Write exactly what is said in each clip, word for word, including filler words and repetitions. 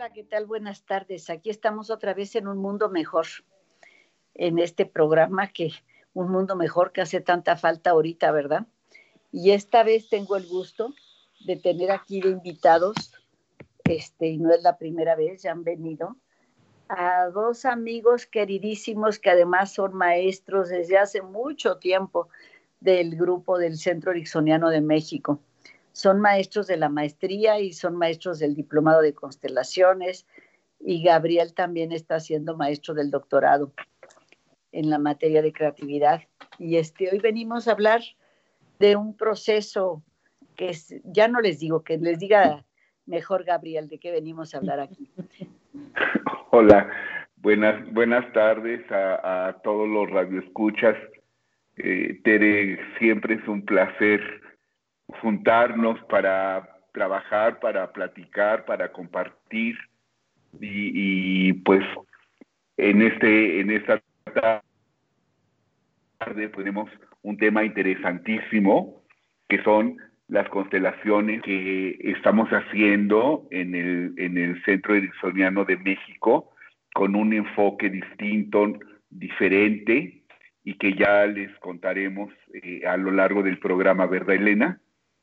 Hola, ¿qué tal? Buenas tardes. Aquí estamos otra vez en Un Mundo Mejor, en este programa que, Un Mundo Mejor que hace tanta falta ahorita, ¿verdad? Y esta vez tengo el gusto de tener aquí de invitados, este, y no es la primera vez, ya han venido, a dos amigos queridísimos que además son maestros desde hace mucho tiempo del grupo del Centro Ericksoniano de México. Son maestros de la maestría y son maestros del diplomado de constelaciones, y Gabriel también está siendo maestro del doctorado en la materia de creatividad. Y este, hoy venimos a hablar de un proceso que es, ya no les digo, que les diga mejor Gabriel de qué venimos a hablar aquí. Hola, buenas, buenas tardes a, a todos los radioescuchas. Eh, Tere, siempre es un placer juntarnos para trabajar, para platicar, para compartir y, y pues en este en esta tarde tenemos un tema interesantísimo que son las constelaciones que estamos haciendo en el, en el Centro Ericksoniano de México con un enfoque distinto, diferente, y que ya les contaremos eh, a lo largo del programa, ¿verdad, Elena?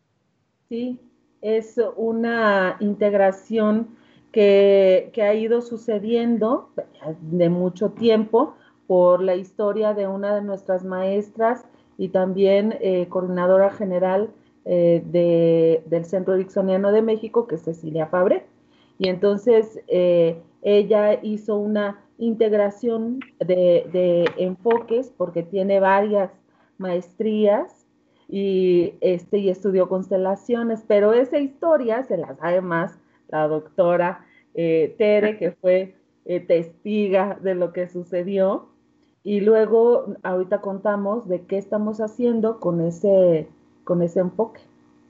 Sí, es una integración que, que ha ido sucediendo de mucho tiempo por la historia de una de nuestras maestras y también eh, coordinadora general eh, de, del Centro Ericksoniano de México, que es Cecilia Fabre. Y entonces eh, ella hizo una integración de, de enfoques porque tiene varias maestrías y, este, y estudió constelaciones, pero esa historia se la sabe más la doctora eh, Tere, que fue eh, testiga de lo que sucedió, y luego ahorita contamos de qué estamos haciendo con ese, con ese enfoque.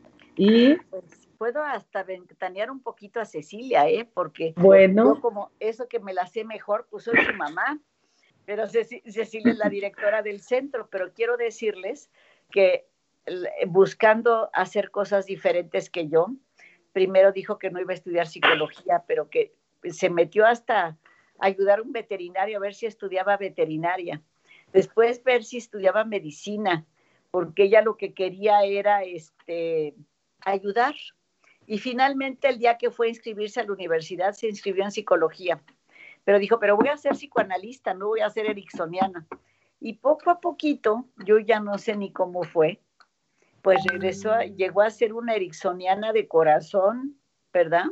Y pues puedo hasta ventanear un poquito a Cecilia, ¿eh? Porque bueno, yo como eso que me la sé mejor, pues soy su mamá, pero Cecilia es la directora del centro, pero quiero decirles que buscando hacer cosas diferentes que yo, primero dijo que no iba a estudiar psicología, pero que se metió hasta ayudar a un veterinario a ver si estudiaba veterinaria, después ver si estudiaba medicina, porque ella lo que quería era este, ayudar, y finalmente el día que fue a inscribirse a la universidad se inscribió en psicología, pero dijo, pero voy a ser psicoanalista, no voy a ser ericksoniana. Y poco a poquito, yo ya no sé ni cómo fue, pues regresó, llegó a ser una ericksoniana de corazón, ¿verdad?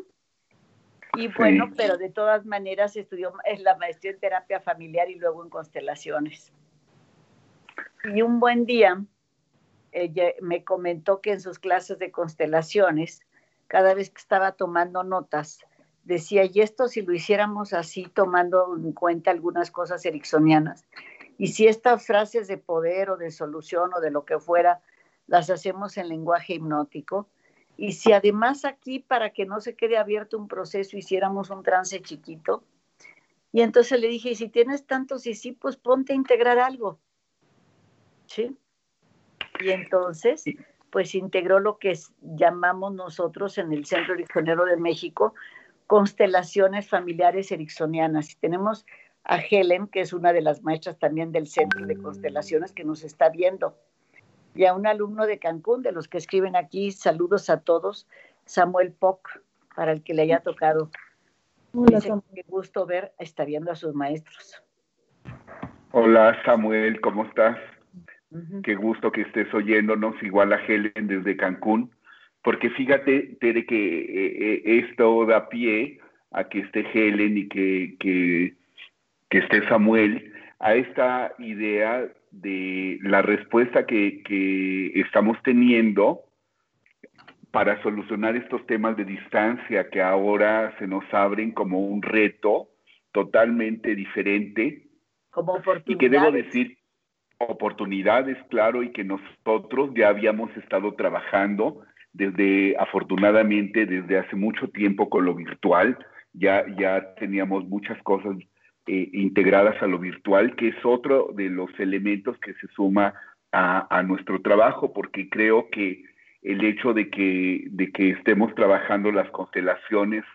Y bueno, sí. Pero de todas maneras estudió es la maestría en terapia familiar y luego en constelaciones. Y un buen día, ella me comentó que en sus clases de constelaciones, cada vez que estaba tomando notas, decía, y esto si lo hiciéramos así, tomando en cuenta algunas cosas ericksonianas, y si estas frases de poder o de solución o de lo que fuera, las hacemos en lenguaje hipnótico, y si además aquí, para que no se quede abierto un proceso, hiciéramos un trance chiquito, y entonces le dije, y si tienes tantos y sí, pues ponte a integrar algo, ¿sí? Y entonces, pues integró lo que es, llamamos nosotros en el Centro Ericksoniano de México constelaciones familiares ericksonianas. Y tenemos a Helen, que es una de las maestras también del Centro de Constelaciones, que nos está viendo. Y a un alumno de Cancún, de los que escriben aquí, saludos a todos, Samuel Poc, para el que le haya tocado. Hola, dice, Samuel. Qué gusto ver, está viendo a sus maestros. Hola, Samuel, ¿cómo estás? Uh-huh. Qué gusto que estés oyéndonos, igual a Helen desde Cancún, porque fíjate, Tere, que eh, esto da pie a que esté Helen y que, que, que esté Samuel, a esta idea de la respuesta que, que estamos teniendo para solucionar estos temas de distancia que ahora se nos abren como un reto totalmente diferente. Como oportunidades. Y que debo decir, oportunidades, claro, y que nosotros ya habíamos estado trabajando desde, afortunadamente, desde hace mucho tiempo con lo virtual, ya, ya teníamos muchas cosas eh, integradas a lo virtual, que es otro de los elementos que se suma a, a nuestro trabajo, porque creo que el hecho de que, de que estemos trabajando las constelaciones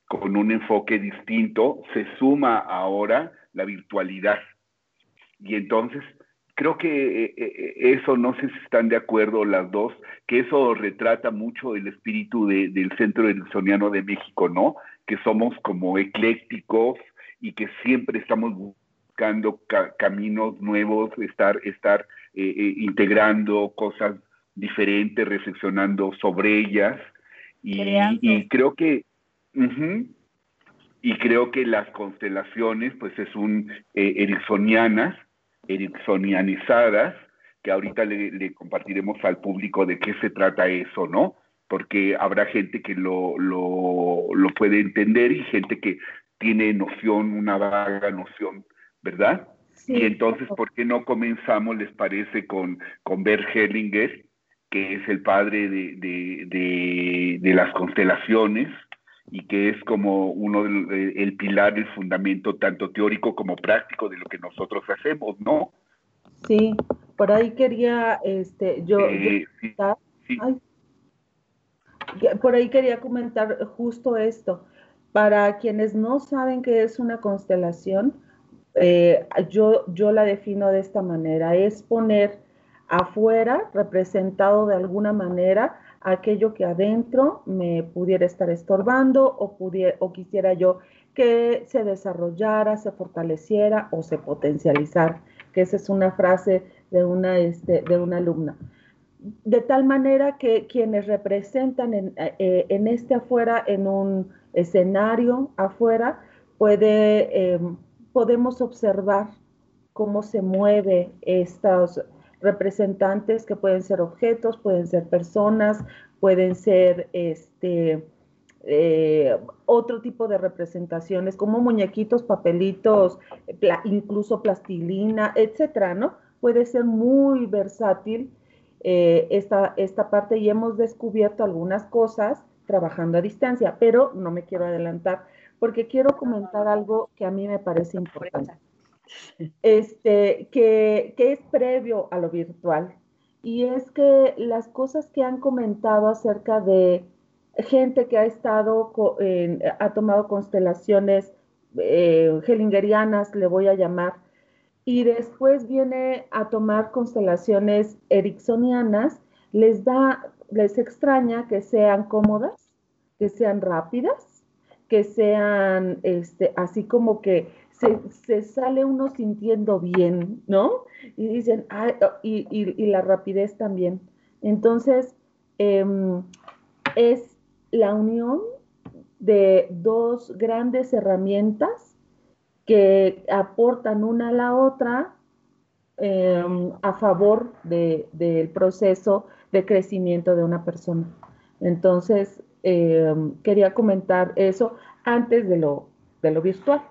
con un enfoque distinto, se suma ahora la virtualidad. Y entonces, creo que eso, no sé si están de acuerdo las dos, que eso retrata mucho el espíritu de, del Centro Ericksoniano de México, ¿no? Que somos como eclécticos y que siempre estamos buscando ca caminos nuevos, estar, estar eh, eh, integrando cosas diferentes, reflexionando sobre ellas. Y, y creo que... Uh-huh, y creo que las constelaciones, pues es un eh, ericksonianas, ericksonianizadas, que ahorita le, le compartiremos al público de qué se trata eso, ¿no? Porque habrá gente que lo, lo, lo puede entender y gente que tiene noción, una vaga noción, ¿verdad? Sí. Y entonces, ¿por qué no comenzamos, les parece, con, con Bert Hellinger, que es el padre de, de, de, de las constelaciones, y que es como uno del el pilar, el fundamento tanto teórico como práctico de lo que nosotros hacemos, ¿no? Sí, por ahí quería, este, yo, eh, yo sí, sí. Ay, por ahí quería comentar justo esto. Para quienes no saben qué es una constelación, eh, yo, yo la defino de esta manera: es poner afuera, representado de alguna manera, aquello que adentro me pudiera estar estorbando o, pudiera, o quisiera yo que se desarrollara, se fortaleciera o se potencializara, que esa es una frase de una, este, de una alumna. De tal manera que quienes representan en, eh, en este afuera, en un escenario afuera, puede, eh, podemos observar cómo se mueve estos representantes, que pueden ser objetos, pueden ser personas, pueden ser este, eh, otro tipo de representaciones, como muñequitos, papelitos, pla incluso plastilina, etcétera, ¿no? Puede ser muy versátil eh, esta, esta parte, y hemos descubierto algunas cosas trabajando a distancia, pero no me quiero adelantar porque quiero comentar algo que a mí me parece importante. Este, que, que es previo a lo virtual, y es que las cosas que han comentado acerca de gente que ha estado, en, ha tomado constelaciones eh, hellingerianas, le voy a llamar, y después viene a tomar constelaciones ericksonianas, les da, les extraña que sean cómodas, que sean rápidas, que sean este, así como que se, se sale uno sintiendo bien, ¿no? Y dicen, ay, y, y, y la rapidez también. Entonces, eh, es la unión de dos grandes herramientas que aportan una a la otra eh, a favor de, del proceso de crecimiento de una persona. Entonces, eh, quería comentar eso antes de lo, de lo virtual.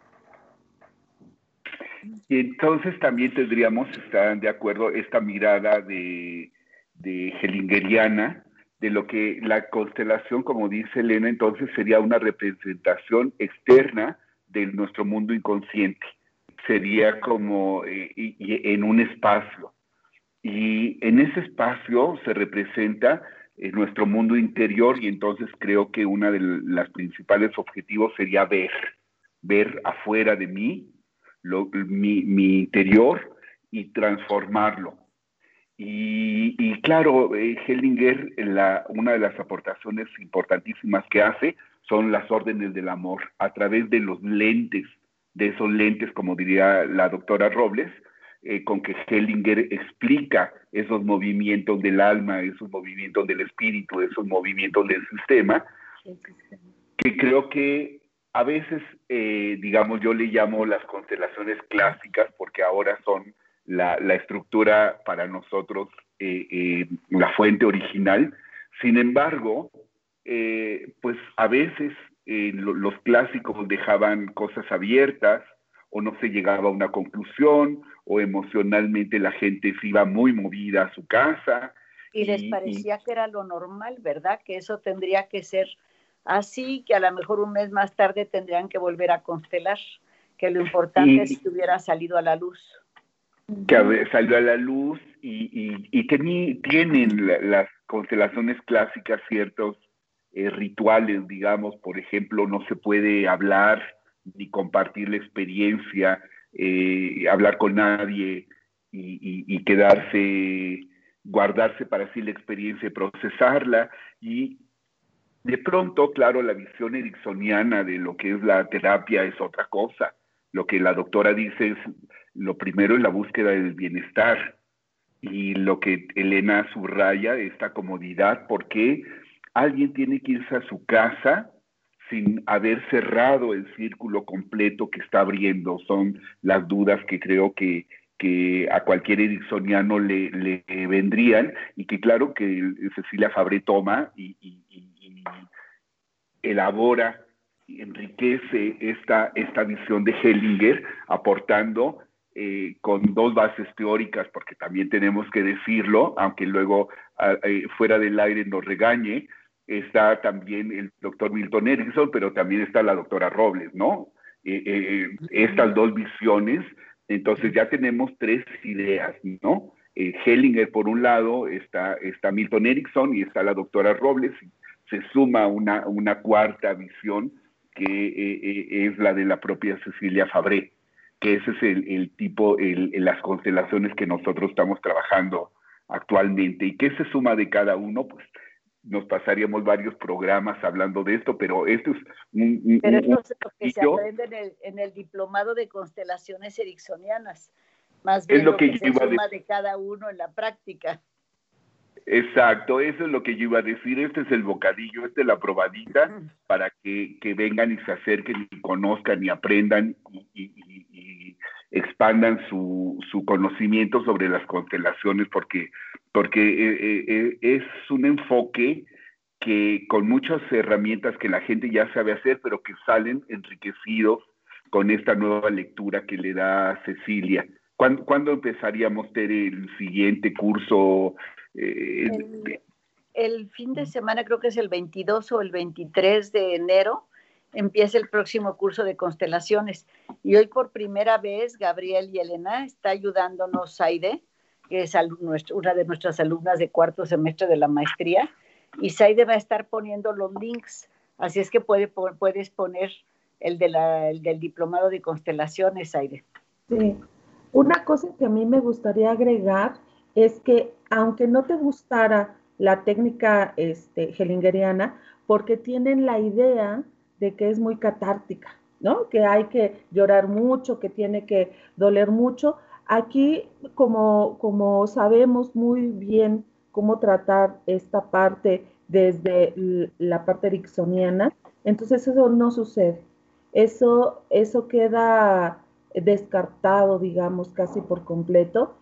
Y entonces también tendríamos, estar de acuerdo, esta mirada de, de hellingeriana, de lo que la constelación, como dice Elena, entonces sería una representación externa de nuestro mundo inconsciente. Sería como eh, y, y en un espacio. Y en ese espacio se representa eh, nuestro mundo interior, y entonces creo que uno de los principales objetivos sería ver, ver afuera de mí, lo, mi, mi interior, y transformarlo. Y, y claro, eh, Hellinger, la, una de las aportaciones importantísimas que hace son las órdenes del amor, a través de los lentes, de esos lentes, como diría la doctora Robles, eh, con que Hellinger explica esos movimientos del alma, esos movimientos del espíritu, esos movimientos del sistema, que creo que a veces, eh, digamos, yo le llamo las constelaciones clásicas, porque ahora son la, la estructura para nosotros, eh, eh, la fuente original. Sin embargo, eh, pues a veces eh, lo, los clásicos dejaban cosas abiertas, o no se llegaba a una conclusión, o emocionalmente la gente se iba muy movida a su casa. Y, y les parecía y, que era lo normal, ¿verdad? Que eso tendría que ser así, que a lo mejor un mes más tarde tendrían que volver a constelar, que lo importante y, es que hubiera salido a la luz. Que salió a la luz, y, y, y tení, tienen la, las constelaciones clásicas ciertos eh, rituales, digamos, por ejemplo, no se puede hablar ni compartir la experiencia, eh, hablar con nadie y, y, y quedarse, guardarse para sí la experiencia y procesarla. Y de pronto, claro, la visión ericksoniana de lo que es la terapia es otra cosa. Lo que la doctora dice es, lo primero es la búsqueda del bienestar. Y lo que Elena subraya, esta comodidad, porque alguien tiene que irse a su casa sin haber cerrado el círculo completo que está abriendo. Son las dudas que creo que, que a cualquier ericksoniano le, le vendrían, y que claro que Cecilia Fabré toma y, y, y, y elabora y enriquece esta, esta visión de Hellinger, aportando eh, con dos bases teóricas, porque también tenemos que decirlo, aunque luego eh, fuera del aire nos regañe. Está también el doctor Milton Erickson, pero también está la doctora Robles, ¿no? Eh, eh, estas dos visiones, entonces ya tenemos tres ideas, ¿no? Eh, Hellinger por un lado, está, está Milton Erickson y está la doctora Robles. Se suma una, una cuarta visión que eh, eh, es la de la propia Cecilia Fabré, que ese es el, el tipo, el, el, las constelaciones que nosotros estamos trabajando actualmente. ¿Y qué se suma de cada uno? Pues nos pasaríamos varios programas hablando de esto, pero esto es un... un pero esto un, es lo que se aprende en el, en el diplomado de constelaciones ericksonianas, más es bien lo lo que, que yo se iba suma a de cada uno en la práctica. Exacto, eso es lo que yo iba a decir. Este es el bocadillo, esta es la probadita para que, que vengan y se acerquen y conozcan y aprendan y, y, y expandan su, su conocimiento sobre las constelaciones, porque, porque eh, eh, es un enfoque que con muchas herramientas que la gente ya sabe hacer, pero que salen enriquecidos con esta nueva lectura que le da Cecilia. ¿Cuándo, ¿cuándo empezaríamos, Tere, el siguiente curso? Eh, el, el fin de semana, creo que es el veintidós o el veintitrés de enero, empieza el próximo curso de constelaciones. Y hoy por primera vez, Gabriel y Elena está ayudándonos, Saide, que es una de nuestras alumnas de cuarto semestre de la maestría, y Saide va a estar poniendo los links, así es que puede, puedes poner el, de la, el del diplomado de constelaciones, Saide. Sí, una cosa que a mí me gustaría agregar es que aunque no te gustara la técnica este, hellingeriana, porque tienen la idea de que es muy catártica, ¿no? Que hay que llorar mucho, que tiene que doler mucho. Aquí, como, como sabemos muy bien cómo tratar esta parte desde la parte ericksoniana, entonces eso no sucede. Eso, eso queda descartado, digamos, casi por completo,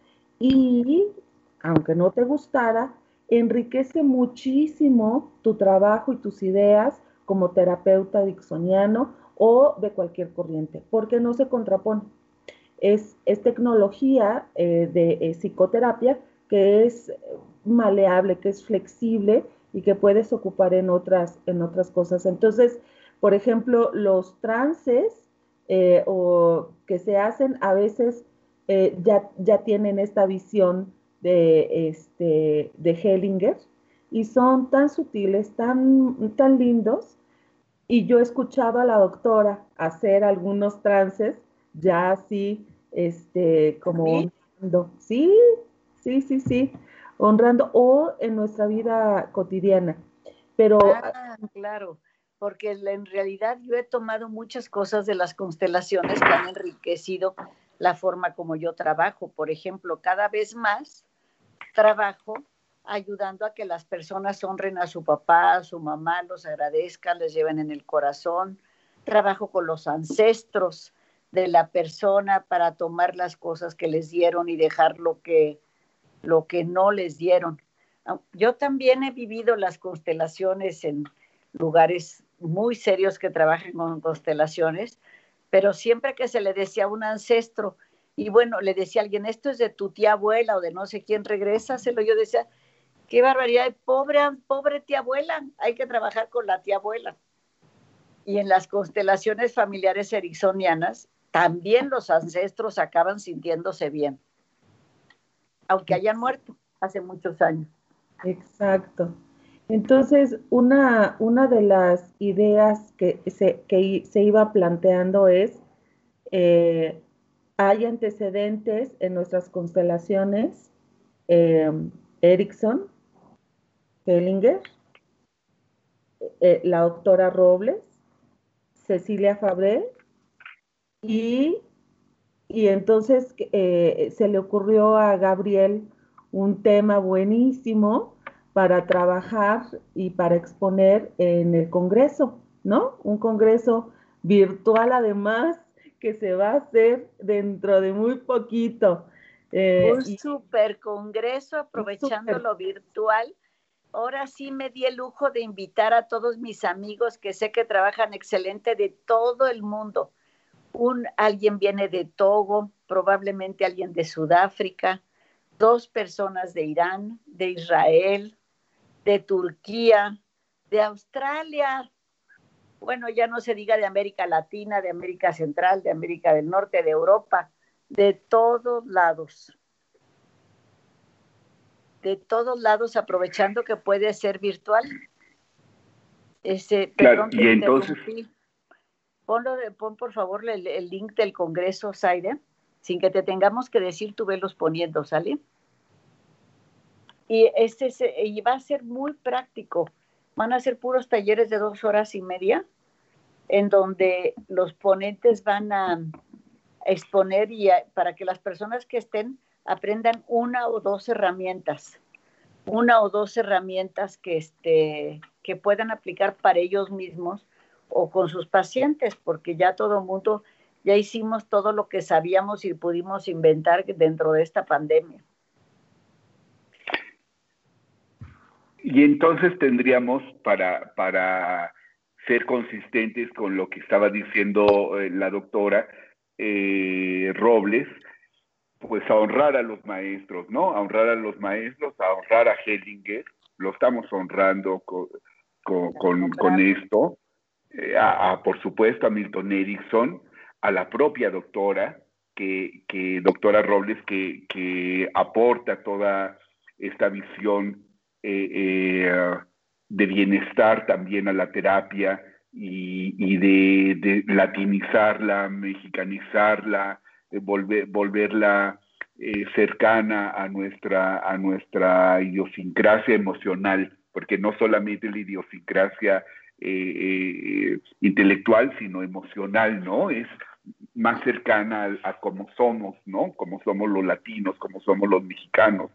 y aunque no te gustara, enriquece muchísimo tu trabajo y tus ideas como terapeuta ericksoniano o de cualquier corriente, porque no se contrapone. Es, es tecnología eh, de eh, psicoterapia que es maleable, que es flexible y que puedes ocupar en otras, en otras cosas. Entonces, por ejemplo, los trances eh, o que se hacen a veces eh, ya, ya tienen esta visión de, este, de Hellinger y son tan sutiles, tan, tan lindos. Y yo he escuchado a la doctora hacer algunos trances ya así, este, como honrando. Sí, sí, sí, sí, honrando o en nuestra vida cotidiana. Pero ah, claro, porque en realidad yo he tomado muchas cosas de las constelaciones que han enriquecido la forma como yo trabajo. Por ejemplo, cada vez más trabajo ayudando a que las personas honren a su papá, a su mamá, los agradezcan, les lleven en el corazón. Trabajo con los ancestros de la persona para tomar las cosas que les dieron y dejar lo que, lo que no les dieron. Yo también he vivido las constelaciones en lugares muy serios que trabajan con constelaciones, pero siempre que se le decía a un ancestro, y bueno, le decía a alguien, esto es de tu tía abuela o de no sé quién, regrésaselo. Yo decía, qué barbaridad, pobre, pobre tía abuela, hay que trabajar con la tía abuela. Y en las constelaciones familiares ericksonianas, también los ancestros acaban sintiéndose bien, aunque hayan muerto hace muchos años. exacto. Entonces, una, una de las ideas que se, que se iba planteando es, eh, hay antecedentes en nuestras constelaciones, eh, Erickson, Hellinger, eh, la doctora Robles, Cecilia Fabré, y, y entonces eh, se le ocurrió a Gabriel un tema buenísimo para trabajar y para exponer en el Congreso, ¿no? Un Congreso virtual además que se va a hacer dentro de muy poquito. Eh, un super congreso aprovechando super... lo virtual. Ahora sí me di el lujo de invitar a todos mis amigos que sé que trabajan excelente de todo el mundo. Un, alguien viene de Togo, probablemente alguien de Sudáfrica, dos personas de Irán, de Israel, de Turquía, de Australia. Bueno, ya no se diga de América Latina, de América Central, de América del Norte, de Europa, de todos lados. De todos lados, aprovechando que puede ser virtual. Ese, claro, perdón, y entonces... Ponlo, pon por favor el, el link del Congreso, Zaire, sin que te tengamos que decir, tú velos poniendo, ¿sale? Y, este, y va a ser muy práctico. Van a ser puros talleres de dos horas y media, en donde los ponentes van a exponer y a, para que las personas que estén aprendan una o dos herramientas, una o dos herramientas que, este, que puedan aplicar para ellos mismos o con sus pacientes, porque ya todo el mundo, ya hicimos todo lo que sabíamos y pudimos inventar dentro de esta pandemia. Y entonces tendríamos, para, para ser consistentes con lo que estaba diciendo eh, la doctora eh, Robles, pues a honrar a los maestros, ¿no? A honrar a los maestros, a honrar a Hellinger, lo estamos honrando con, con, con, con esto, eh, a, a, por supuesto, a Milton Erickson, a la propia doctora, que, que doctora Robles, que, que aporta toda esta visión eh, eh, de bienestar también a la terapia y, y de, de latinizarla, mexicanizarla, eh, volver, volverla eh, cercana a nuestra, a nuestra idiosincrasia emocional, porque no solamente la idiosincrasia eh, eh, intelectual, sino emocional, ¿no? Es más cercana a, a cómo somos, ¿no? Como somos los latinos, como somos los mexicanos.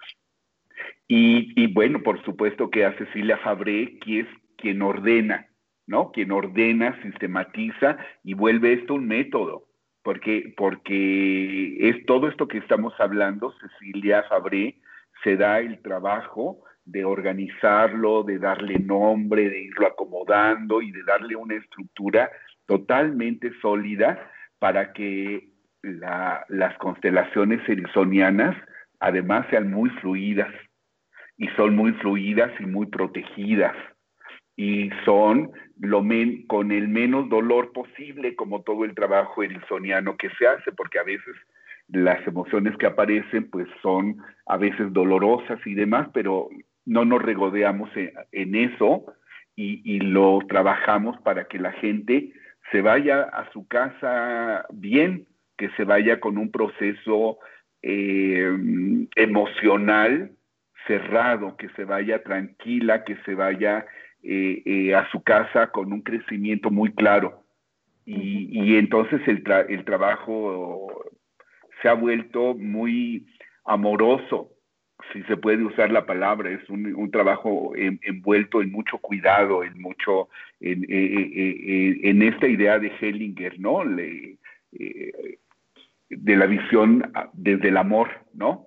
Y, y bueno, por supuesto que a Cecilia Fabré, que es quien ordena, ¿no? Quien ordena, sistematiza y vuelve esto un método, porque, porque es todo esto que estamos hablando, Cecilia Fabré se da el trabajo de organizarlo, de darle nombre, de irlo acomodando y de darle una estructura totalmente sólida para que la, las constelaciones ericksonianas además sean muy fluidas, y son muy fluidas y muy protegidas, y son lo men, con el menos dolor posible, como todo el trabajo ericksoniano que se hace, porque a veces las emociones que aparecen pues son a veces dolorosas y demás, pero no nos regodeamos en, en eso y, y lo trabajamos para que la gente se vaya a su casa bien, que se vaya con un proceso eh, emocional cerrado, que se vaya tranquila, que se vaya eh, eh, a su casa con un crecimiento muy claro. Y, uh-huh. y entonces el, tra el trabajo se ha vuelto muy amoroso, si se puede usar la palabra, es un, un trabajo en, envuelto en mucho cuidado, en mucho, en, eh, eh, en esta idea de Hellinger, ¿no? Le, eh, de la visión desde el amor, ¿no?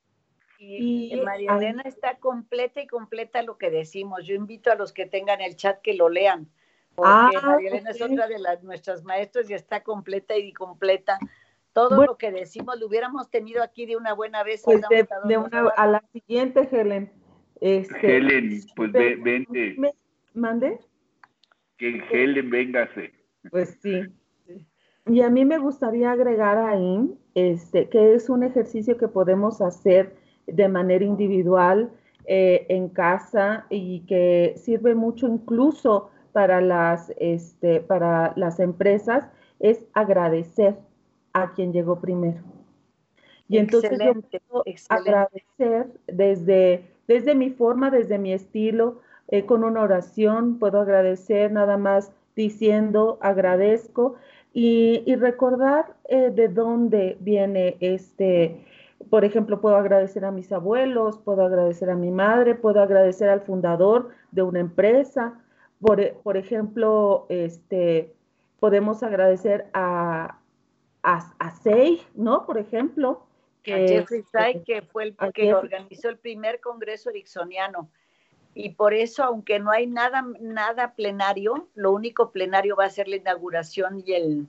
Y, y María Elena está completa y completa lo que decimos. Yo invito a los que tengan el chat que lo lean, porque ah, María Elena okay. es otra de las nuestras maestras y está completa y completa. Todo bueno, lo que decimos lo hubiéramos tenido aquí de una buena vez. Pues de, de una, a la siguiente, Helen. Este, Helen, pues ve, vente. ¿Me mande? Que Helen, véngase. Pues sí. Y a mí me gustaría agregar ahí, este, que es un ejercicio que podemos hacer de manera individual eh, en casa y que sirve mucho incluso para las, este, para las empresas, es agradecer a quien llegó primero. Y entonces yo Excelente, puedo excelente. agradecer desde, desde mi forma, desde mi estilo, eh, con una oración, puedo agradecer nada más diciendo agradezco y, y recordar eh, de dónde viene este, por ejemplo, puedo agradecer a mis abuelos, puedo agradecer a mi madre, puedo agradecer al fundador de una empresa, por, por ejemplo, este, podemos agradecer a, a, a Seig, ¿no? Por ejemplo, A que, Jeffrey Sachs, que fue el a que Jeff, organizó el primer congreso ericksoniano. Y por eso, aunque no hay nada, nada plenario, lo único plenario va a ser la inauguración y, el,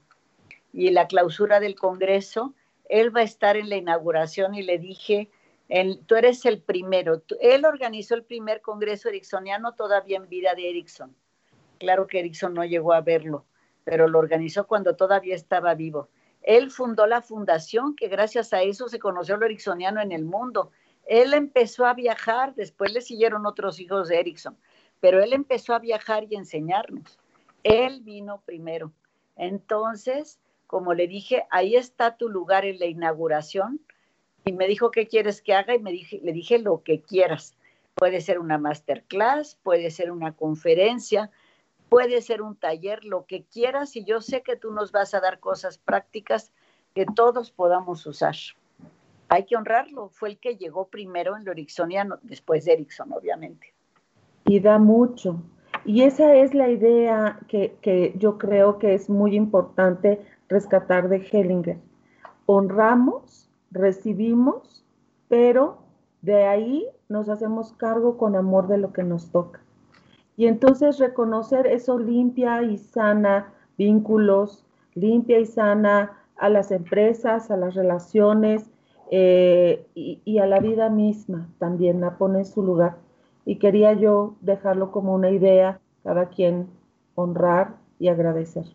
y la clausura del congreso. Él va a estar en la inauguración y le dije, el, tú eres el primero. Él organizó el primer congreso ericksoniano todavía en vida de Erickson. Claro que Erickson no llegó a verlo, pero lo organizó cuando todavía estaba vivo. Él fundó la fundación, que gracias a eso se conoció lo ericksoniano en el mundo. Él empezó a viajar, después le siguieron otros hijos de Erickson, pero él empezó a viajar y enseñarnos. Él vino primero. Entonces, como le dije, ahí está tu lugar en la inauguración. Y me dijo, ¿qué quieres que haga? Y me dije, le dije lo que quieras. Puede ser una masterclass, puede ser una conferencia, puede ser un taller, lo que quieras, y yo sé que tú nos vas a dar cosas prácticas que todos podamos usar. Hay que honrarlo, fue el que llegó primero en lo ericksoniano, después de Erickson, obviamente. Y da mucho. Y esa es la idea que, que yo creo que es muy importante rescatar de Hellinger. Honramos, recibimos, pero de ahí nos hacemos cargo con amor de lo que nos toca. Y entonces reconocer eso limpia y sana vínculos, limpia y sana a las empresas, a las relaciones eh, y, y a la vida misma también la pone en su lugar. Y quería yo dejarlo como una idea, cada quien honrar y agradecer.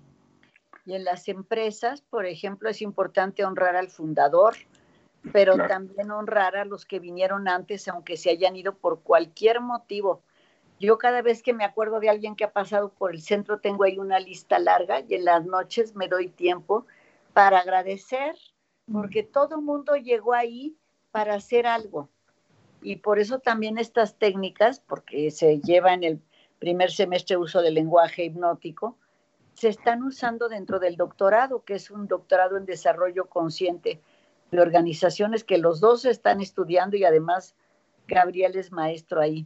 Y en las empresas, por ejemplo, es importante honrar al fundador, pero claro, también honrar a los que vinieron antes, aunque se hayan ido por cualquier motivo. Yo cada vez que me acuerdo de alguien que ha pasado por el centro, tengo ahí una lista larga y en las noches me doy tiempo para agradecer, porque todo el mundo llegó ahí para hacer algo. Y por eso también estas técnicas, porque se lleva en el primer semestre uso del lenguaje hipnótico, se están usando dentro del doctorado, que es un doctorado en desarrollo consciente de organizaciones que los dos están estudiando y además Gabriel es maestro ahí.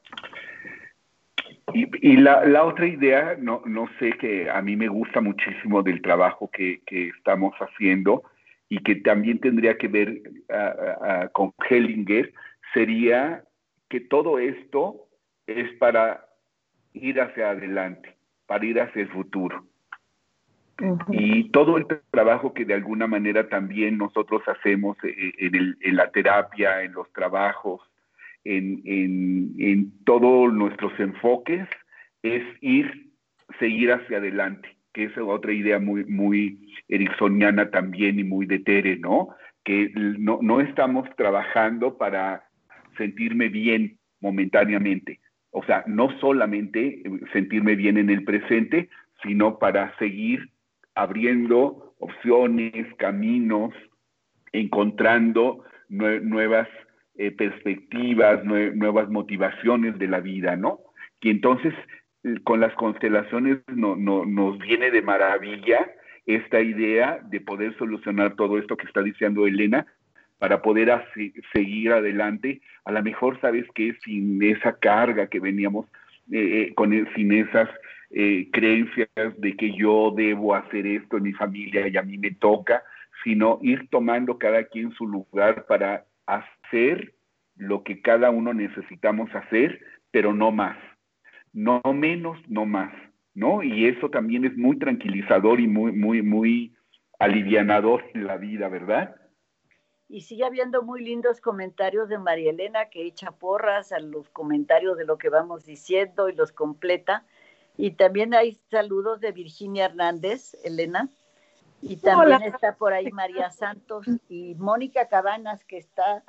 Y, y la, la otra idea, no, no sé, que a mí me gusta muchísimo del trabajo que, que estamos haciendo y que también tendría que ver uh, uh, con Hellinger, sería que todo esto es para ir hacia adelante, para ir hacia el futuro. Uh-huh. Y todo el trabajo que de alguna manera también nosotros hacemos en, el, en la terapia, en los trabajos, En, en, en todos nuestros enfoques, es ir, seguir hacia adelante, que es otra idea muy, muy ericksoniana también y muy de Tere, ¿no? Que no, no estamos trabajando para sentirme bien momentáneamente, o sea, no solamente sentirme bien en el presente, sino para seguir abriendo opciones, caminos, encontrando nue nuevas Eh, perspectivas, nue nuevas motivaciones de la vida, ¿no? Y entonces con las constelaciones no, no, nos viene de maravilla esta idea de poder solucionar todo esto que está diciendo Elena para poder así, seguir adelante, a lo mejor, ¿sabes qué? Sin esa carga que veníamos, eh, con el, sin esas eh, creencias de que yo debo hacer esto en mi familia y a mí me toca, sino ir tomando cada quien su lugar para hacer lo que cada uno necesitamos hacer, pero no más, no menos, no más, ¿no? Y eso también es muy tranquilizador y muy, muy, muy alivianador en la vida, ¿verdad? Y sigue habiendo muy lindos comentarios de María Elena, que echa porras a los comentarios de lo que vamos diciendo y los completa. Y también hay saludos de Virginia Hernández, Elena. Y también Hola. Está por ahí María Santos y Mónica Cabanas, que está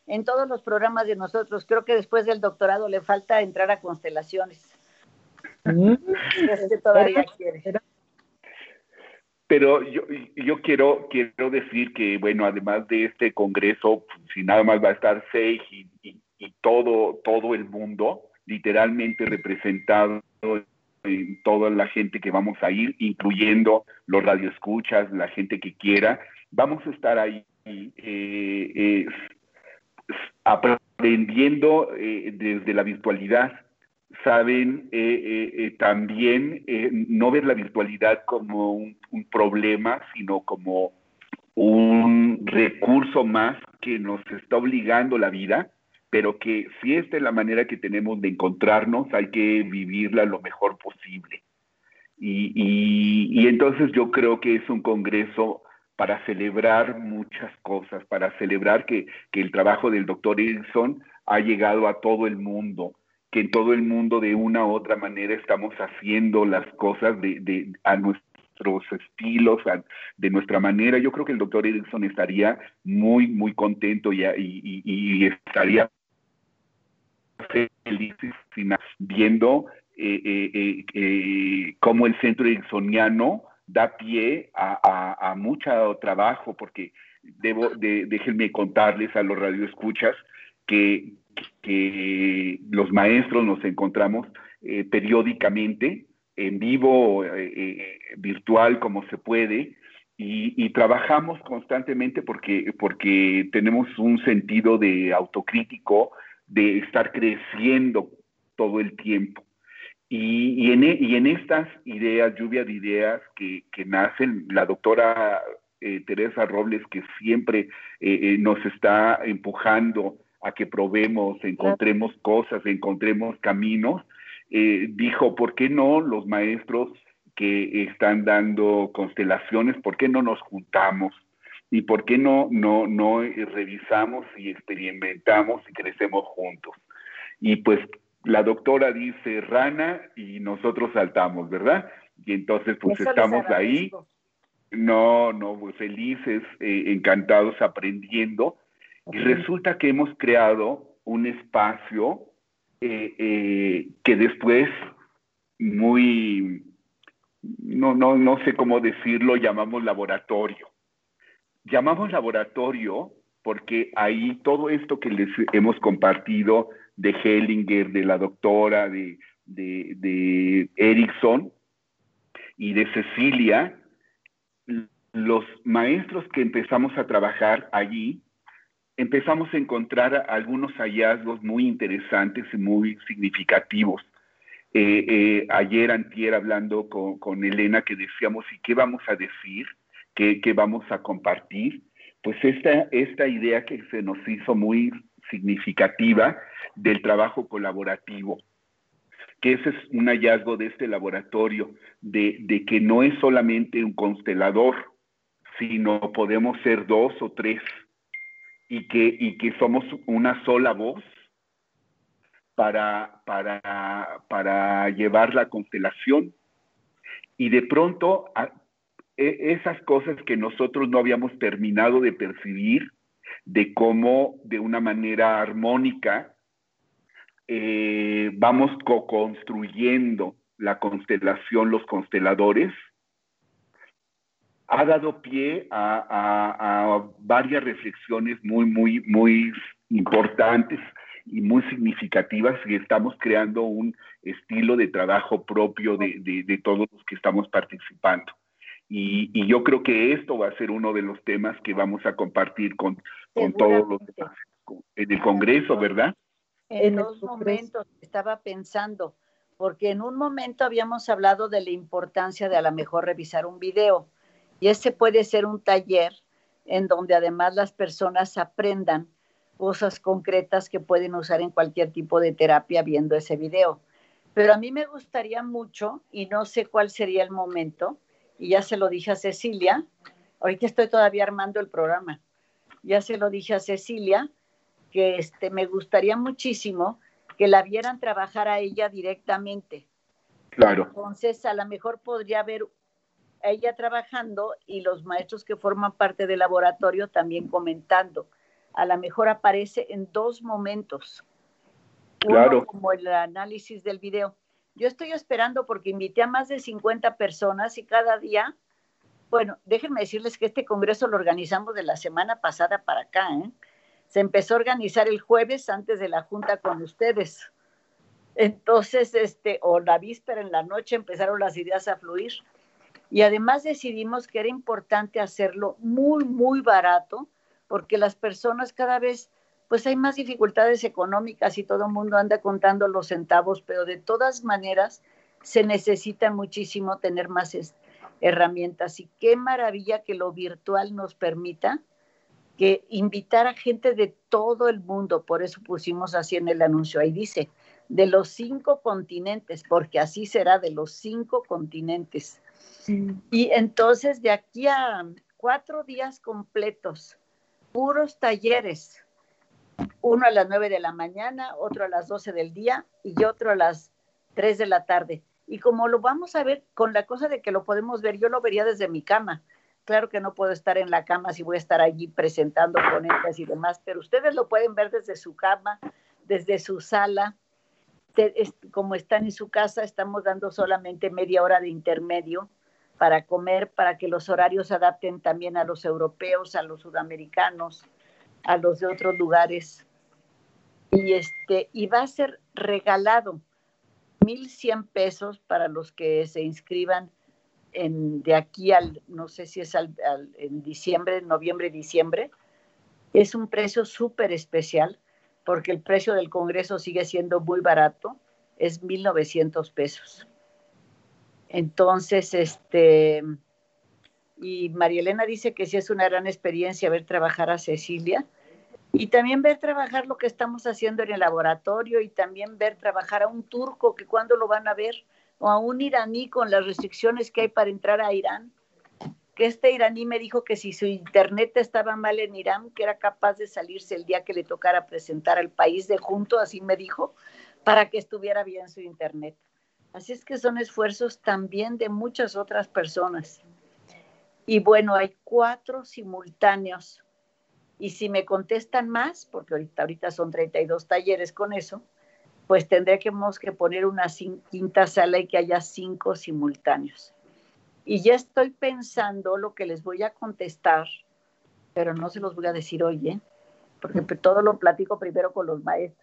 en todos los programas de nosotros. Creo que después del doctorado le falta entrar a constelaciones. Mm. Es que todavía quiere. Pero yo, yo quiero, quiero decir que, bueno, además de este congreso, si nada más va a estar Seij y, y, y todo, todo el mundo, literalmente representado en toda la gente que vamos a ir, incluyendo los radioescuchas, la gente que quiera, vamos a estar ahí eh, eh, aprendiendo eh, desde la virtualidad. Saben eh, eh, eh, también eh, no ver la virtualidad como un, un problema, sino como un recurso más que nos está obligando la vida, pero que si esta es la manera que tenemos de encontrarnos, hay que vivirla lo mejor posible. Y, y, y entonces yo creo que es un congreso para celebrar muchas cosas, para celebrar que, que el trabajo del doctor Erickson ha llegado a todo el mundo, que en todo el mundo de una u otra manera estamos haciendo las cosas de, de, a nuestros estilos, a, de nuestra manera. Yo creo que el doctor Erickson estaría muy, muy contento y, y, y, y estaría feliz viendo eh, eh, eh, eh, cómo el centro ericksoniano da pie a, a, a mucho trabajo, porque debo, de, déjenme contarles a los radioescuchas que, que los maestros nos encontramos eh, periódicamente, en vivo, eh, eh, virtual, como se puede, y, y trabajamos constantemente porque, porque tenemos un sentido de autocrítico, de estar creciendo todo el tiempo. Y, y, en, y en estas ideas, lluvia de ideas que, que nacen, la doctora eh, Teresa Robles, que siempre eh, eh, nos está empujando a que probemos, encontremos cosas, encontremos caminos, eh, dijo, ¿por qué no los maestros que están dando constelaciones, por qué no nos juntamos? ¿Y por qué no, no, no revisamos y experimentamos y crecemos juntos? Y pues la doctora dice rana y nosotros saltamos, ¿verdad? Y entonces pues Eso estamos ahí, no, no, pues, felices, eh, encantados, aprendiendo. Y resulta que hemos creado un espacio eh, eh, que después, muy, no, no, no sé cómo decirlo, llamamos laboratorio. Llamamos laboratorio porque ahí todo esto que les hemos compartido de Hellinger, de la doctora, de, de, de Erickson y de Cecilia, los maestros que empezamos a trabajar allí, empezamos a encontrar algunos hallazgos muy interesantes y muy significativos. Eh, eh, ayer, antier, hablando con, con Elena, que decíamos, ¿y qué vamos a decir? ¿Qué, qué vamos a compartir? Pues esta, esta idea que se nos hizo muy significativa del trabajo colaborativo, que ese es un hallazgo de este laboratorio, de, de que no es solamente un constelador, sino podemos ser dos o tres, y que, y que somos una sola voz para, para, para llevar la constelación. Y de pronto, a, e, esas cosas que nosotros no habíamos terminado de percibir, de cómo de una manera armónica eh, vamos co-construyendo la constelación, los consteladores, ha dado pie a, a, a varias reflexiones muy, muy, muy importantes y muy significativas, y estamos creando un estilo de trabajo propio de, de, de todos los que estamos participando. Y, y yo creo que esto va a ser uno de los temas que vamos a compartir con, con todos los demás en el Congreso, ¿verdad? En dos momentos estaba pensando, porque en un momento habíamos hablado de la importancia de a lo mejor revisar un video, y ese puede ser un taller en donde además las personas aprendan cosas concretas que pueden usar en cualquier tipo de terapia viendo ese video. Pero a mí me gustaría mucho, y no sé cuál sería el momento, y ya se lo dije a Cecilia, ahorita estoy todavía armando el programa, ya se lo dije a Cecilia, que este, me gustaría muchísimo que la vieran trabajar a ella directamente. Claro. Entonces, a lo mejor podría ver ella trabajando y los maestros que forman parte del laboratorio también comentando, a lo mejor aparece en dos momentos. Claro. Uno como el análisis del video. Yo estoy esperando porque invité a más de cincuenta personas y cada día, bueno, déjenme decirles que este congreso lo organizamos de la semana pasada para acá, ¿eh? Se empezó a organizar el jueves antes de la junta con ustedes. Entonces, este, o la víspera en la noche empezaron las ideas a fluir. Y además decidimos que era importante hacerlo muy, muy barato, porque las personas cada vez, pues hay más dificultades económicas y todo el mundo anda contando los centavos, pero de todas maneras se necesita muchísimo tener más herramientas. Y qué maravilla que lo virtual nos permita que invitar a gente de todo el mundo, por eso pusimos así en el anuncio, ahí dice, de los cinco continentes, porque así será, de los cinco continentes. Sí. Y entonces de aquí a cuatro días completos, puros talleres, uno a las nueve de la mañana, otro a las doce del día y otro a las tres de la tarde. Y como lo vamos a ver, con la cosa de que lo podemos ver, yo lo vería desde mi cama. Claro que no puedo estar en la cama si voy a estar allí presentando ponencias y demás, pero ustedes lo pueden ver desde su cama, desde su sala. Como están en su casa, estamos dando solamente media hora de intermedio para comer, para que los horarios se adapten también a los europeos, a los sudamericanos, a los de otros lugares. Y, este, y va a ser regalado mil cien pesos para los que se inscriban en, de aquí al, no sé si es al, al, en diciembre, noviembre, diciembre. Es un precio súper especial porque el precio del congreso sigue siendo muy barato, es mil novecientos pesos. Entonces, este, y María Elena dice que sí es una gran experiencia ver trabajar a Cecilia y también ver trabajar lo que estamos haciendo en el laboratorio y también ver trabajar a un turco que cuándo lo van a ver, o a un iraní con las restricciones que hay para entrar a Irán, que este iraní me dijo que si su internet estaba mal en Irán, que era capaz de salirse el día que le tocara presentar al país de junto, así me dijo, para que estuviera bien su internet. Así es que son esfuerzos también de muchas otras personas. Y bueno, hay cuatro simultáneos. Y si me contestan más, porque ahorita, ahorita son treinta y dos talleres con eso, pues tendremos que poner una quinta sala y que haya cinco simultáneos. Y ya estoy pensando lo que les voy a contestar, pero no se los voy a decir hoy, ¿eh? Porque todo lo platico primero con los maestros.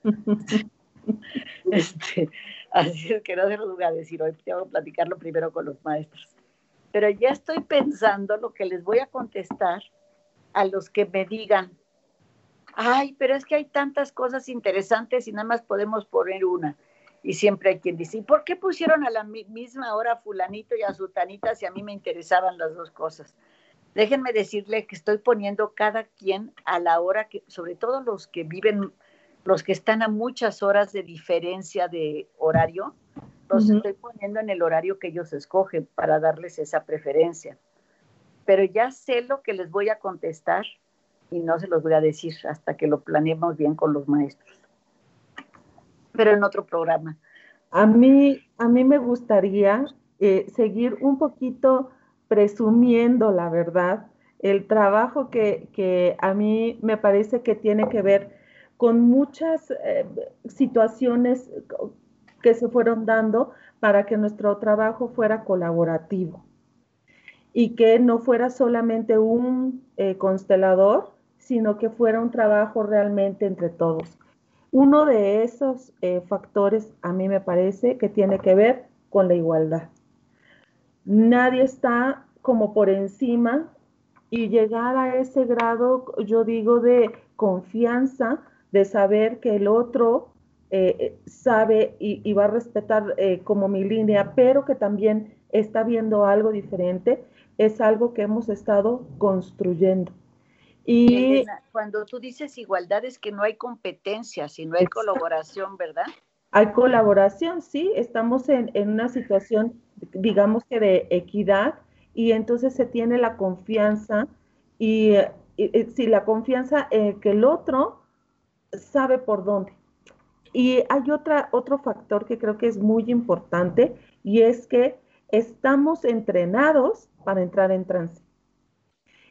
Este, así es que no se los voy a decir hoy, tengo que platicarlo primero con los maestros. Pero ya estoy pensando lo que les voy a contestar a los que me digan, ay, pero es que hay tantas cosas interesantes y nada más podemos poner una. Y siempre hay quien dice, ¿y por qué pusieron a la misma hora a fulanito y a sutanita si a mí me interesaban las dos cosas? Déjenme decirle que estoy poniendo cada quien a la hora que, sobre todo los que viven, los que están a muchas horas de diferencia de horario, los uh-huh. estoy poniendo en el horario que ellos escogen para darles esa preferencia. Pero ya sé lo que les voy a contestar y no se los voy a decir hasta que lo planeemos bien con los maestros. Pero en otro programa. A mí, a mí me gustaría eh, seguir un poquito presumiendo, la verdad, el trabajo que, que a mí me parece que tiene que ver con muchas eh, situaciones que se fueron dando para que nuestro trabajo fuera colaborativo y que no fuera solamente un eh, constelador, sino que fuera un trabajo realmente entre todos. Uno de esos eh, factores a mí me parece que tiene que ver con la igualdad. Nadie está como por encima y llegar a ese grado, yo digo, de confianza, de saber que el otro eh, sabe y, y va a respetar eh, como mi línea, pero que también está viendo algo diferente, es algo que hemos estado construyendo. Y Elena, cuando tú dices igualdad es que no hay competencia, sino hay colaboración, ¿verdad? Hay colaboración, sí, estamos en, en una situación, digamos que de equidad, y entonces se tiene la confianza, y, y, y si la confianza eh, que el otro sabe por dónde. Y hay otra, otro factor que creo que es muy importante, y es que estamos entrenados para entrar en trance.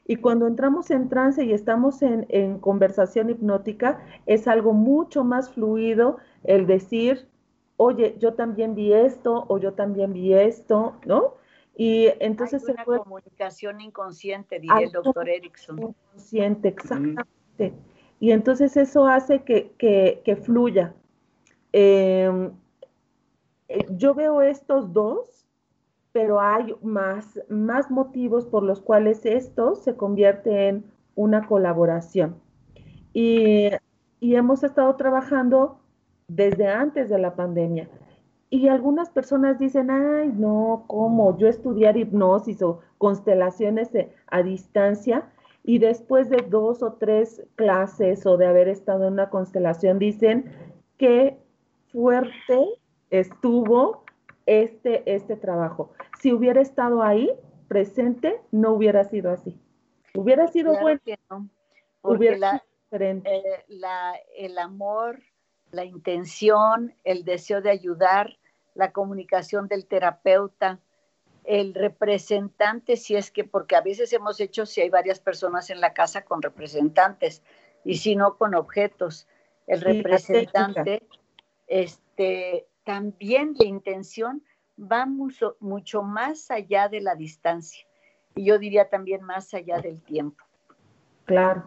Y cuando entramos en trance y estamos en, en conversación hipnótica, es algo mucho más fluido el decir, oye, yo también vi esto, o yo también vi esto, ¿no? Y Hay entonces se una vuelve comunicación inconsciente, diría el algo doctor Erickson. inconsciente, Mm. exactamente. Y entonces eso hace que, que, que fluya. Eh, eh, yo veo estos dos, pero hay más, más motivos por los cuales esto se convierte en una colaboración. Y, y hemos estado trabajando desde antes de la pandemia. Y algunas personas dicen, ay, no, ¿cómo? Yo estudiar hipnosis o constelaciones de- a distancia y después de dos o tres clases o de haber estado en una constelación dicen qué fuerte estuvo este, este trabajo. Si hubiera estado ahí presente, no hubiera sido así. Hubiera sido Claro bueno, que no, porque hubiera sido la, diferente. eh, la, el amor, la intención, el deseo de ayudar, la comunicación del terapeuta, el representante, si es que, porque a veces hemos hecho, si hay varias personas en la casa con representantes y si no con objetos, el Y la técnica, representante, este, también la intención va mucho, mucho más allá de la distancia y yo diría también más allá del tiempo. claro.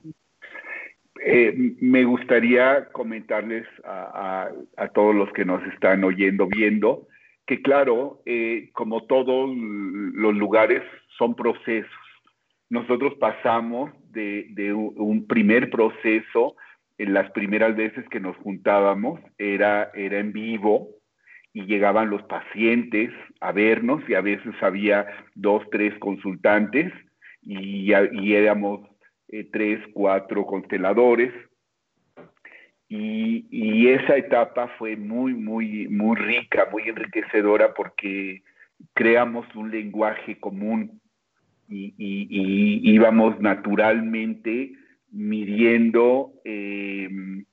Eh, me gustaría comentarles a, a, a, todos los que nos están oyendo, viendo, que claro, eh, como todos los lugares, son procesos. Nosotros pasamos de, de un primer proceso, en las primeras veces que nos juntábamos, era, era en vivo, y llegaban los pacientes a vernos, y a veces había dos, tres consultantes, y, y éramos eh, tres, cuatro consteladores, y, y esa etapa fue muy, muy, muy rica, muy enriquecedora, porque creamos un lenguaje común y, y, y íbamos naturalmente midiendo eh,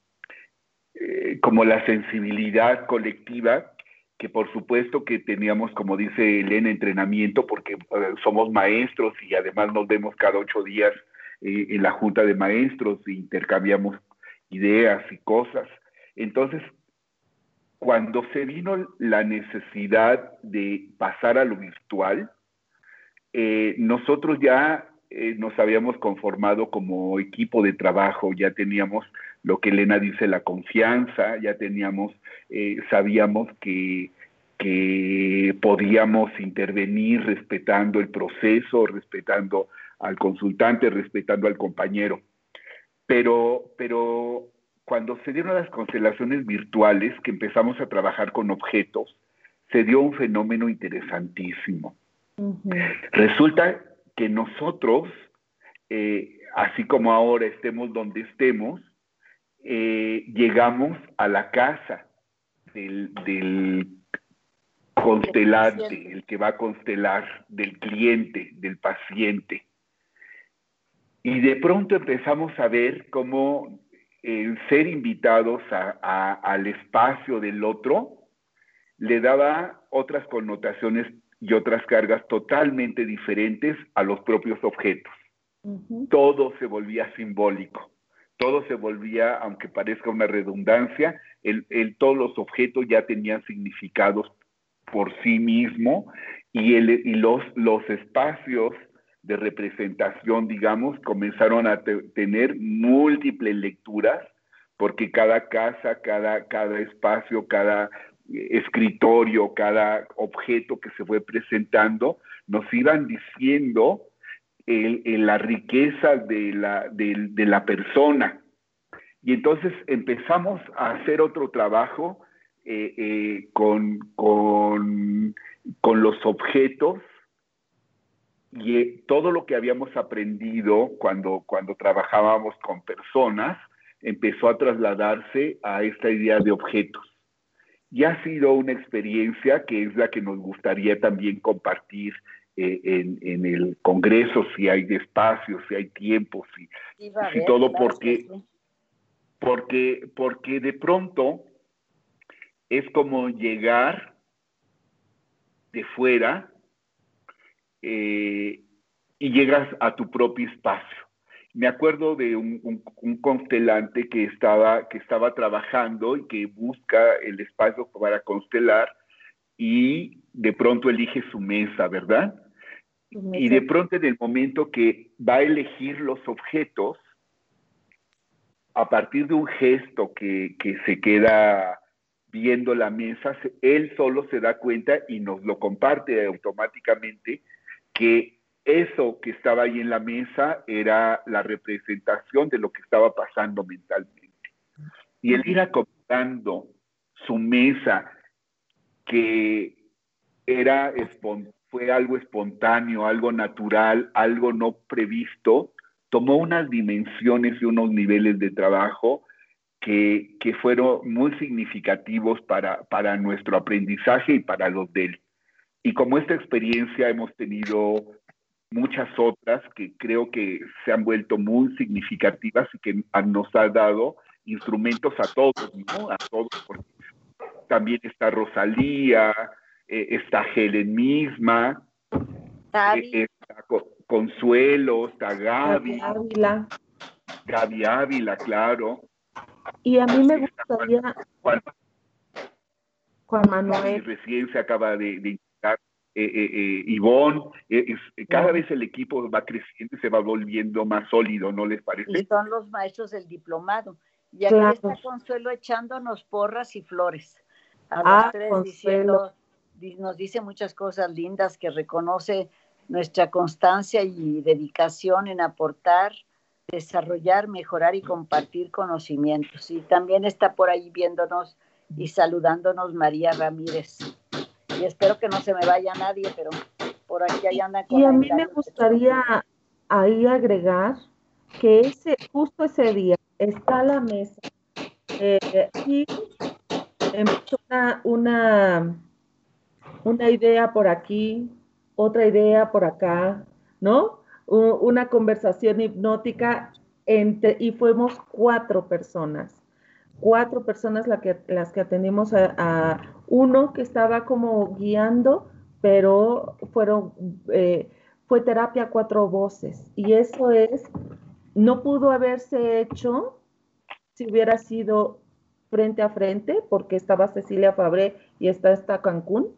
eh, como la sensibilidad colectiva, que por supuesto que teníamos, como dice Elena, entrenamiento, porque eh, somos maestros y además nos vemos cada ocho días eh, en la junta de maestros e intercambiamos ideas y cosas. Entonces, cuando se vino la necesidad de pasar a lo virtual, eh, nosotros ya eh, nos habíamos conformado como equipo de trabajo, ya teníamos lo que Elena dice, la confianza, ya teníamos, eh, sabíamos que, que podíamos intervenir respetando el proceso, respetando al consultante, respetando al compañero. Pero, pero cuando se dieron las constelaciones virtuales, que empezamos a trabajar con objetos, se dio un fenómeno interesantísimo. Uh-huh. Resulta que nosotros, eh, así como ahora estemos donde estemos, eh, llegamos a la casa del, del constelante, el que va a constelar, del cliente, del paciente. Y de pronto empezamos a ver cómo el ser invitados a, a, al espacio del otro le daba otras connotaciones y otras cargas totalmente diferentes a los propios objetos. Uh-huh. Todo se volvía simbólico, todo se volvía, aunque parezca una redundancia, el, el, todos los objetos ya tenían significados por sí mismo, y, el, y los, los espacios de representación, digamos, comenzaron a te, tener múltiples lecturas, porque cada casa, cada, cada espacio, cada escritorio, cada objeto que se fue presentando, nos iban diciendo el, el, la riqueza de la, de, de la persona. Y entonces empezamos a hacer otro trabajo eh, eh, con, con, con los objetos, y eh, todo lo que habíamos aprendido cuando, cuando trabajábamos con personas empezó a trasladarse a esta idea de objetos. Y ha sido una experiencia que es la que nos gustaría también compartir eh, en, en el Congreso, si hay espacio, si hay tiempo, si, Sí, va a si ver, todo, claro porque, sí. porque, porque de pronto es como llegar de fuera eh, y llegas a tu propio espacio. Me acuerdo de un, un, un constelante que estaba, que estaba trabajando y que busca el espacio para constelar y de pronto elige su mesa, ¿verdad? Y de pronto en el momento que va a elegir los objetos, a partir de un gesto que, que se queda viendo la mesa, él solo se da cuenta y nos lo comparte automáticamente que eso que estaba ahí en la mesa era la representación de lo que estaba pasando mentalmente. Y el ir acomodando su mesa, que era fue algo espontáneo, algo natural, algo no previsto, tomó unas dimensiones y unos niveles de trabajo que, que fueron muy significativos para, para nuestro aprendizaje y para los de él. Y como esta experiencia hemos tenido muchas otras que creo que se han vuelto muy significativas y que nos ha dado instrumentos a todos, ¿no? A todos, porque también está Rosalía, eh, está Helen misma, eh, está Consuelo, está Gaby, Gaby Ávila. Gaby Ávila, claro. Y a mí me gustaría... Juan, Juan Manuel. Y recién se acaba de, de invitar eh, eh, eh, Ivonne. Eh, es, cada no. vez el equipo va creciendo y se va volviendo más sólido, ¿no les parece? Y son los maestros del diplomado. Y aquí claro. está Consuelo echándonos porras y flores. A ah, los tres Consuelo. diciendo, nos dice muchas cosas lindas, que reconoce nuestra constancia y dedicación en aportar, desarrollar, mejorar y compartir conocimientos. Y también está por ahí viéndonos y saludándonos María Ramírez. Y espero que no se me vaya nadie, pero por aquí ahí andan. Y a mí me gustaría ahí agregar que ese, justo ese día está la mesa eh, y empezó una, una, una idea por aquí, otra idea por acá, ¿no? U- una conversación hipnótica entre, y fuimos cuatro personas. Cuatro personas la que, las que atendimos a, a uno que estaba como guiando, pero fueron, eh, fue terapia a cuatro voces. Y eso es, no pudo haberse hecho si hubiera sido frente a frente, porque estaba Cecilia Fabré y está esta Cancún.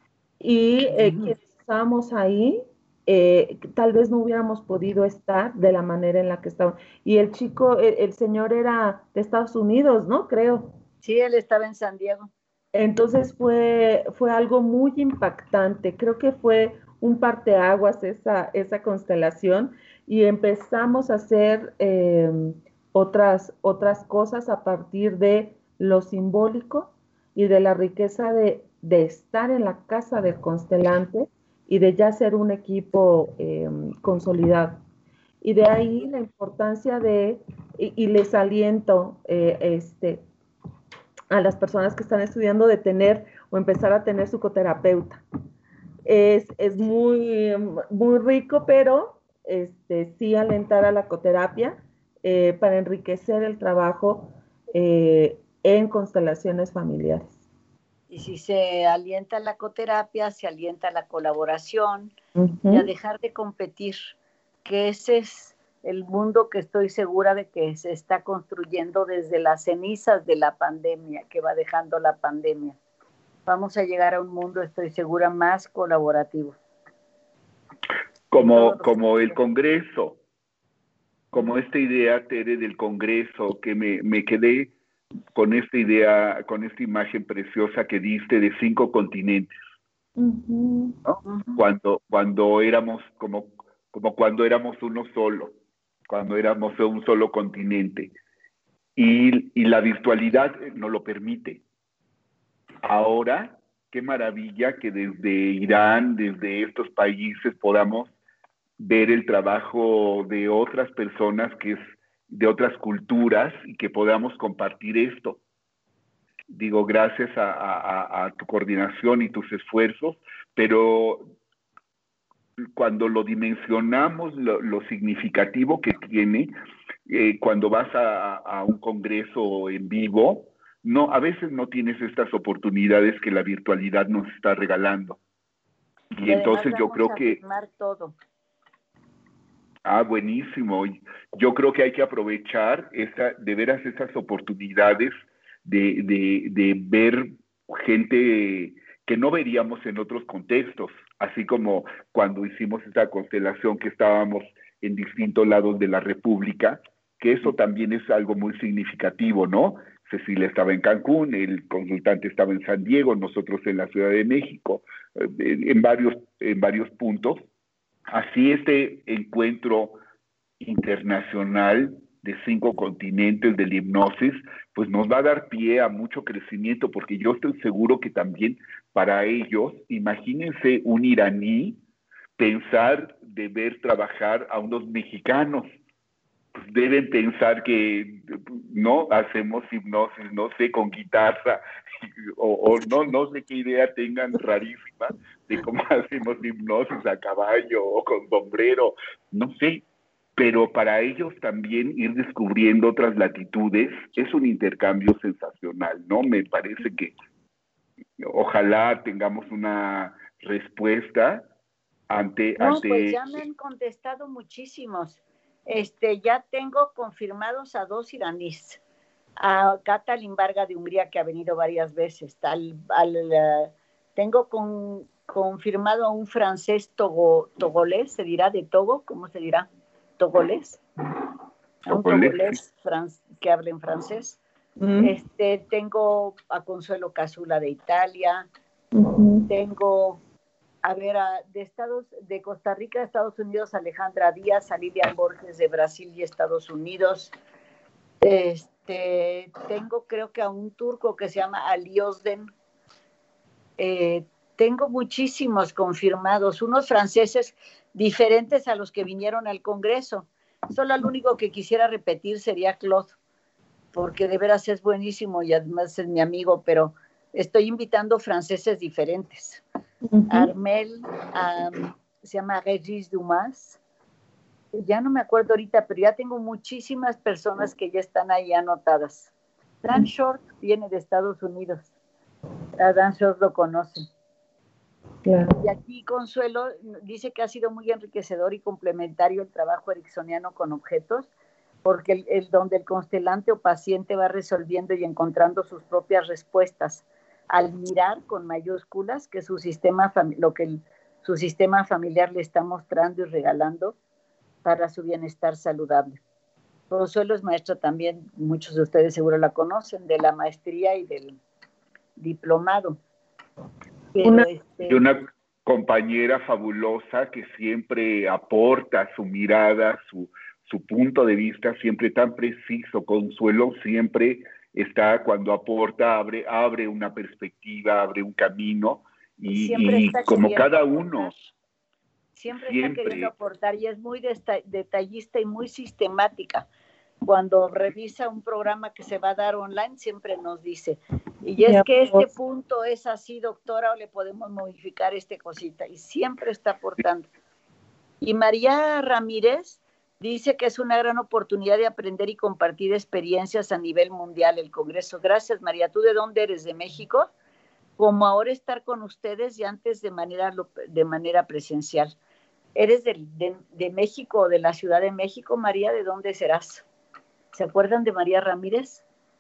Y eh, uh-huh. quienes estábamos ahí, eh, tal vez no hubiéramos podido estar de la manera en la que estaban. Y el chico, el, el señor era de Estados Unidos, ¿no? Creo. Sí, él estaba en San Diego. Entonces fue, fue algo muy impactante. Creo que fue un parteaguas esa, esa constelación y empezamos a hacer eh, otras, otras cosas a partir de lo simbólico y de la riqueza de, de estar en la casa del constelante y de ya ser un equipo eh, consolidado. Y de ahí la importancia de, y, y les aliento eh, este, a las personas que están estudiando de tener o empezar a tener su coterapeuta. Es, es muy, muy rico, pero este, sí alentar a la coterapia eh, para enriquecer el trabajo eh, en constelaciones familiares. Y si se alienta la coterapia, se alienta la colaboración uh-huh. y a dejar de competir, que ese es el mundo que estoy segura de que se está construyendo desde las cenizas de la pandemia, que va dejando la pandemia. Vamos a llegar a un mundo, estoy segura, más colaborativo. Como, como el Congreso, como esta idea, Tere, del Congreso, que me, me quedé con esta idea, con esta imagen preciosa que diste de cinco continentes, uh-huh. ¿no? Uh-huh. Cuando, cuando éramos como, como cuando éramos uno solo, cuando éramos un solo continente. Y, y la virtualidad nos lo permite. Ahora, qué maravilla que desde Irán, desde estos países, podamos ver el trabajo de otras personas, que es de otras culturas, y que podamos compartir esto. Digo, gracias a, a, a tu coordinación y tus esfuerzos, pero cuando lo dimensionamos, lo, lo significativo que tiene, eh, cuando vas a, a un congreso en vivo, no, a veces no tienes estas oportunidades que la virtualidad nos está regalando. Y, y entonces yo creo que... Todo. Ah, buenísimo. Yo creo que hay que aprovechar esa, de veras esas oportunidades de, de, de ver gente que no veríamos en otros contextos, así como cuando hicimos esta constelación que estábamos en distintos lados de la República, que eso también es algo muy significativo, ¿no? Cecilia estaba en Cancún, el consultante estaba en San Diego, nosotros en la Ciudad de México, en, en varios, en varios puntos. Así este encuentro internacional de cinco continentes de la hipnosis, pues nos va a dar pie a mucho crecimiento, porque yo estoy seguro que también para ellos, imagínense un iraní pensar de ver trabajar a unos mexicanos, pues deben pensar que no hacemos hipnosis, no sé, con guitarra, o, o no, no sé qué idea tengan rarísima de cómo hacemos hipnosis a caballo o con sombrero, no sé, pero para ellos también ir descubriendo otras latitudes es un intercambio sensacional, ¿no? Me parece que ojalá tengamos una respuesta ante... No, pues ante ya me han contestado muchísimos. Este, ya tengo confirmados a dos iraníes. A Katalin Varga de Hungría, que ha venido varias veces. Tal, al, uh, tengo con, confirmado a un francés togo, togolés, se dirá de Togo, ¿cómo se dirá? Togolés. A un togolés fran, que habla en francés. Mm. Este, tengo a Consuelo Casula de Italia. Uh-huh. Tengo... A ver, a, de Estados, de Costa Rica, Estados Unidos, Alejandra Díaz, a Lilian Borges de Brasil y Estados Unidos. Este, tengo creo que a un turco que se llama Ali Osden. Eh, tengo muchísimos confirmados, unos franceses diferentes a los que vinieron al Congreso. Solo el único que quisiera repetir sería Claude, porque de veras es buenísimo y además es mi amigo, pero estoy invitando franceses diferentes. Uh-huh. Armel, um, se llama Régis Dumas, ya no me acuerdo ahorita, pero ya tengo muchísimas personas que ya están ahí anotadas. Dan Short viene de Estados Unidos, a Dan Short lo conocen. Claro. Y aquí Consuelo dice que ha sido muy enriquecedor y complementario el trabajo ericksoniano con objetos, porque el, el donde el constelante o paciente va resolviendo y encontrando sus propias respuestas al mirar con mayúsculas que su sistema, lo que el, su sistema familiar le está mostrando y regalando para su bienestar saludable. Consuelo es maestra también, muchos de ustedes seguro la conocen, de la maestría y del diplomado. Pero una, este, y una compañera fabulosa que siempre aporta su mirada, su, su punto de vista, siempre tan preciso. Consuelo siempre está, cuando aporta, abre, abre una perspectiva, abre un camino, y, y como cada uno. Siempre, siempre está queriendo aportar y es muy detallista y muy sistemática. Cuando revisa un programa que se va a dar online, siempre nos dice, y es que este punto es así, doctora, o le podemos modificar esta cosita, y siempre está aportando. Y María Ramírez dice que es una gran oportunidad de aprender y compartir experiencias a nivel mundial el Congreso. Gracias, María. ¿Tú de dónde eres? ¿De México? Como ahora estar con ustedes y antes de manera, de manera presencial. ¿Eres de, de, de México o de la Ciudad de México, María? ¿De dónde serás? ¿Se acuerdan de María Ramírez?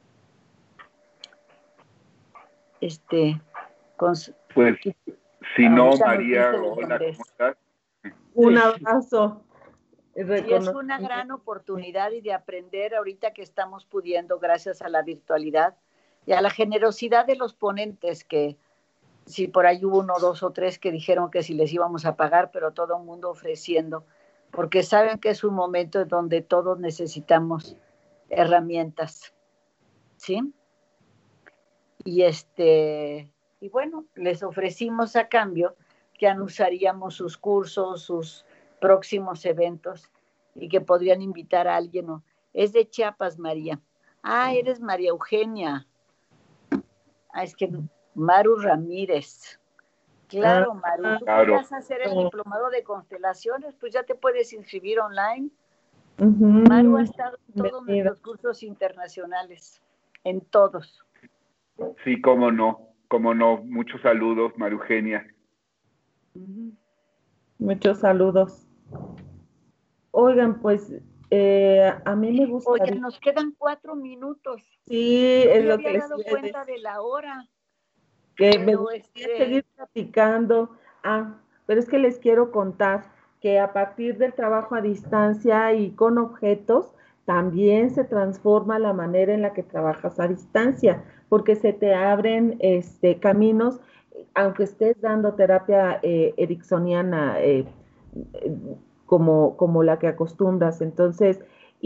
Este, con, pues, si no, María, hola, ¿cómo estás? Un abrazo. Sí, es una gran oportunidad y de aprender ahorita que estamos pudiendo, gracias a la virtualidad y a la generosidad de los ponentes, que si por ahí hubo uno, dos o tres que dijeron que si les íbamos a pagar, pero todo el mundo ofreciendo, porque saben que es un momento en donde todos necesitamos herramientas, ¿sí? Y este, y bueno, les ofrecimos a cambio que anunciaríamos sus cursos, sus próximos eventos y que podrían invitar a alguien. ¿No? Es de Chiapas, María. Ah, eres María Eugenia. Ah, es que Maru Ramírez. Claro, Maru, tú claro. podrías hacer el diplomado de constelaciones, pues ya te puedes inscribir online. Uh-huh. Maru ha estado en todos nuestros cursos internacionales, en todos. Sí, cómo no, cómo no. Muchos saludos, María Eugenia. Uh-huh. Muchos saludos. Oigan, pues eh, a mí me gustaría... Oigan, nos quedan cuatro minutos. Sí, no es me lo había que les dado iba a cuenta decir, de la hora. que me Pero gustaría este, seguir platicando. Ah, pero es que les quiero contar que a partir del trabajo a distancia y con objetos, también se transforma la manera en la que trabajas a distancia, porque se te abren este, caminos, aunque estés dando terapia eh, ericksoniana eh, eh, como, como la que acostumbras. Entonces,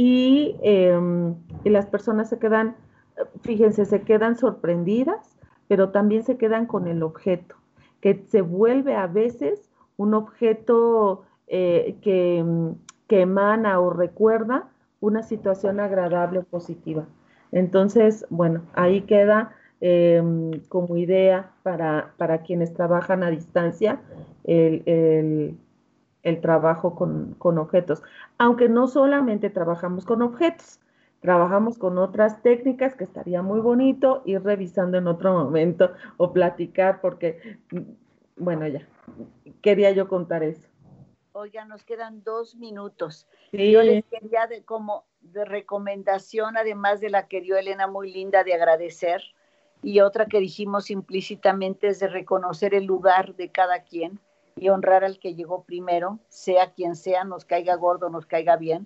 y, eh, y las personas se quedan, fíjense, se quedan sorprendidas, pero también se quedan con el objeto, que se vuelve a veces un objeto eh, que, que emana o recuerda una situación agradable o positiva. Entonces, bueno, ahí queda eh, como idea para, para quienes trabajan a distancia el, el, el trabajo con, con objetos. Aunque no solamente trabajamos con objetos, trabajamos con otras técnicas que estaría muy bonito ir revisando en otro momento o platicar porque, bueno, ya, quería yo contar eso. oigan, nos quedan dos minutos. Yo Sí. les quería de como de recomendación, además de la que dio Elena muy linda de agradecer, y otra que dijimos implícitamente es de reconocer el lugar de cada quien y honrar al que llegó primero, sea quien sea, nos caiga gordo, nos caiga bien,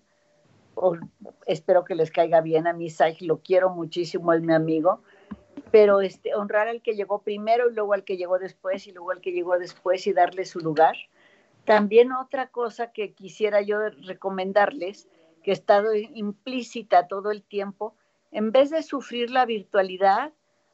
o espero que les caiga bien. A mí Sai lo quiero muchísimo, es mi amigo, pero este, honrar al que llegó primero y luego al que llegó después y luego al que llegó después y darle su lugar. También otra cosa que quisiera yo recomendarles, que ha estado implícita todo el tiempo, en vez de sufrir la virtualidad,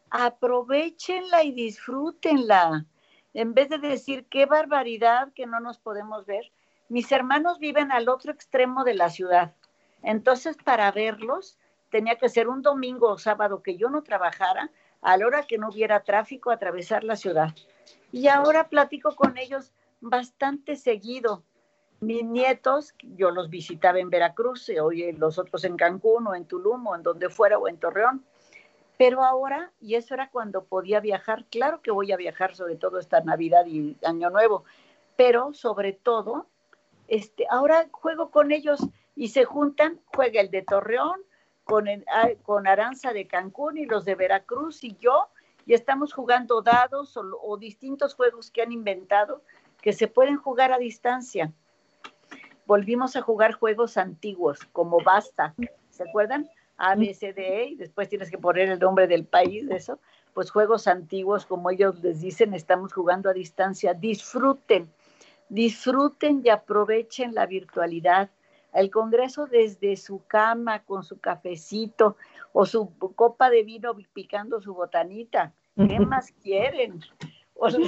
aprovechenla y disfrútenla. En vez de decir, qué barbaridad que no nos podemos ver. Mis hermanos viven al otro extremo de la ciudad. Entonces, para verlos, tenía que ser un domingo o sábado que yo no trabajara, a la hora que no hubiera tráfico, atravesar la ciudad. Y ahora platico con ellos bastante seguido. Mis nietos, yo los visitaba en Veracruz, hoy los otros en Cancún o en Tulum o en donde fuera o en Torreón, pero ahora, y eso era cuando podía viajar, claro que voy a viajar sobre todo esta Navidad y Año Nuevo, pero sobre todo, este, ahora juego con ellos y se juntan, juega el de Torreón con, el, con Aranza de Cancún y los de Veracruz y yo, y estamos jugando dados o, o distintos juegos que han inventado que se pueden jugar a distancia. Volvimos a jugar juegos antiguos, como Basta, ¿se acuerdan? A, B, C, D, E, y después tienes que poner el nombre del país, eso. Pues juegos antiguos, como ellos les dicen, estamos jugando a distancia. Disfruten, disfruten y aprovechen la virtualidad. El Congreso desde su cama, con su cafecito, o su copa de vino picando su botanita. ¿Qué más quieren? O sea,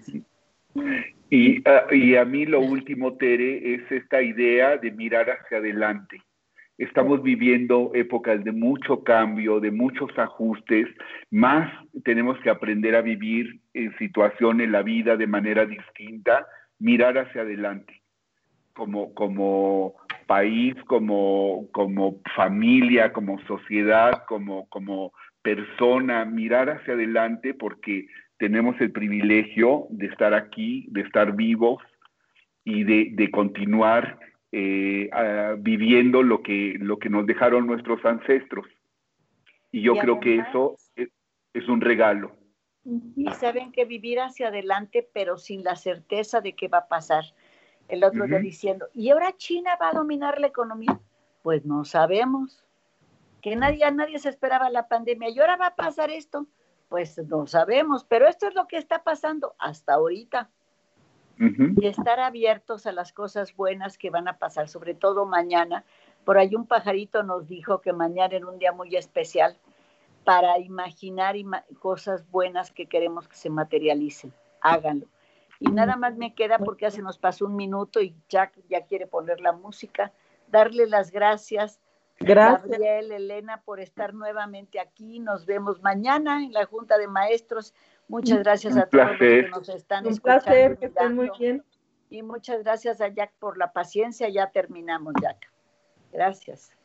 Y, uh, y a mí lo último, Tere, es esta idea de mirar hacia adelante. Estamos viviendo épocas de mucho cambio, de muchos ajustes, más tenemos que aprender a vivir en situaciones, la vida de manera distinta, mirar hacia adelante, como, como país, como, como familia, como sociedad, como, como persona, mirar hacia adelante porque tenemos el privilegio de estar aquí, de estar vivos y de, de continuar eh, uh, viviendo lo que, lo que nos dejaron nuestros ancestros. Y yo y creo que además, eso es, es un regalo. Y saben que vivir hacia adelante, pero sin la certeza de qué va a pasar. El otro uh-huh. día diciendo, ¿y ahora China va a dominar la economía? Pues no sabemos. Que nadie, nadie se esperaba la pandemia. ¿Y ahora va a pasar esto? Pues no sabemos, pero esto es lo que está pasando hasta ahorita. Uh-huh. Y estar abiertos a las cosas buenas que van a pasar, sobre todo mañana. Por ahí un pajarito nos dijo que mañana era un día muy especial para imaginar ima- cosas buenas que queremos que se materialicen. Háganlo. Y nada más me queda, porque ya se nos pasó un minuto y Jack ya quiere poner la música, darle las gracias, Gracias. Gabriel, Elena, por estar nuevamente aquí. Nos vemos mañana en la Junta de Maestros. Muchas gracias a todos los que nos están un escuchando. Placer, que estén muy bien. Y muchas gracias a Jack por la paciencia. Ya terminamos, Jack. Gracias.